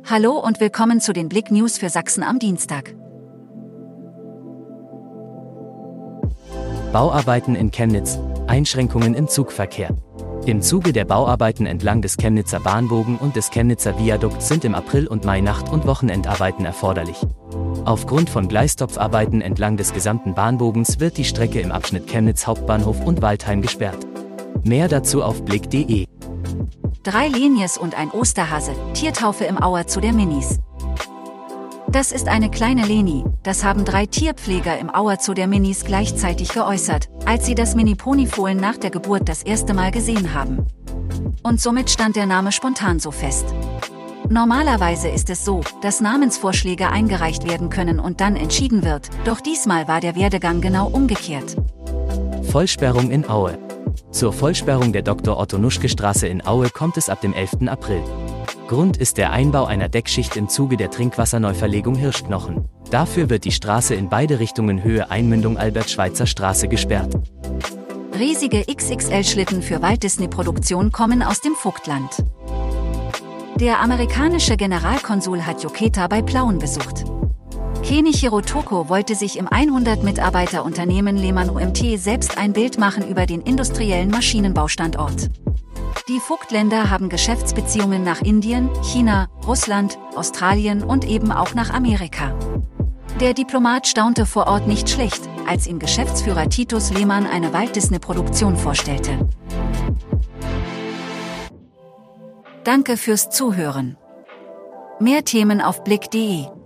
Hallo und willkommen zu den Blick News für Sachsen am Dienstag. Bauarbeiten in Chemnitz, Einschränkungen im Zugverkehr. Im Zuge der Bauarbeiten entlang des Chemnitzer Bahnbogen und des Chemnitzer Viadukts sind im April und Mai Nacht- und Wochenendarbeiten erforderlich. Aufgrund von Gleistopfarbeiten entlang des gesamten Bahnbogens wird die Strecke im Abschnitt Chemnitz Hauptbahnhof und Waldheim gesperrt. Mehr dazu auf blick.de. 3 Lenies und ein Osterhase, Tiertaufe im Auer zu der Minis. Das ist eine kleine Leni, das haben 3 Tierpfleger im Auer zu der Minis gleichzeitig geäußert, als sie das Mini-Pony-Fohlen nach der Geburt das erste Mal gesehen haben. Und somit stand der Name spontan so fest. Normalerweise ist es so, dass Namensvorschläge eingereicht werden können und dann entschieden wird, doch diesmal war der Werdegang genau umgekehrt. Vollsperrung in Aue. Zur Vollsperrung der Dr.-Otto-Nuschke-Straße in Aue kommt es ab dem 11. April. Grund ist der Einbau einer Deckschicht im Zuge der Trinkwasserneuverlegung Hirschknochen. Dafür wird die Straße in beide Richtungen Höhe Einmündung Albert-Schweitzer-Straße gesperrt. Riesige XXL-Schlitten für Walt-Disney-Produktion kommen aus dem Vogtland. Der amerikanische Generalkonsul hat Yoketa bei Plauen besucht. Kenichiro Toko wollte sich im 100-Mitarbeiter-Unternehmen Lehmann UMT selbst ein Bild machen über den industriellen Maschinenbaustandort. Die Vogtländer haben Geschäftsbeziehungen nach Indien, China, Russland, Australien und eben auch nach Amerika. Der Diplomat staunte vor Ort nicht schlecht, als ihm Geschäftsführer Titus Lehmann eine Walt-Disney-Produktion vorstellte. Danke fürs Zuhören. Mehr Themen auf blick.de.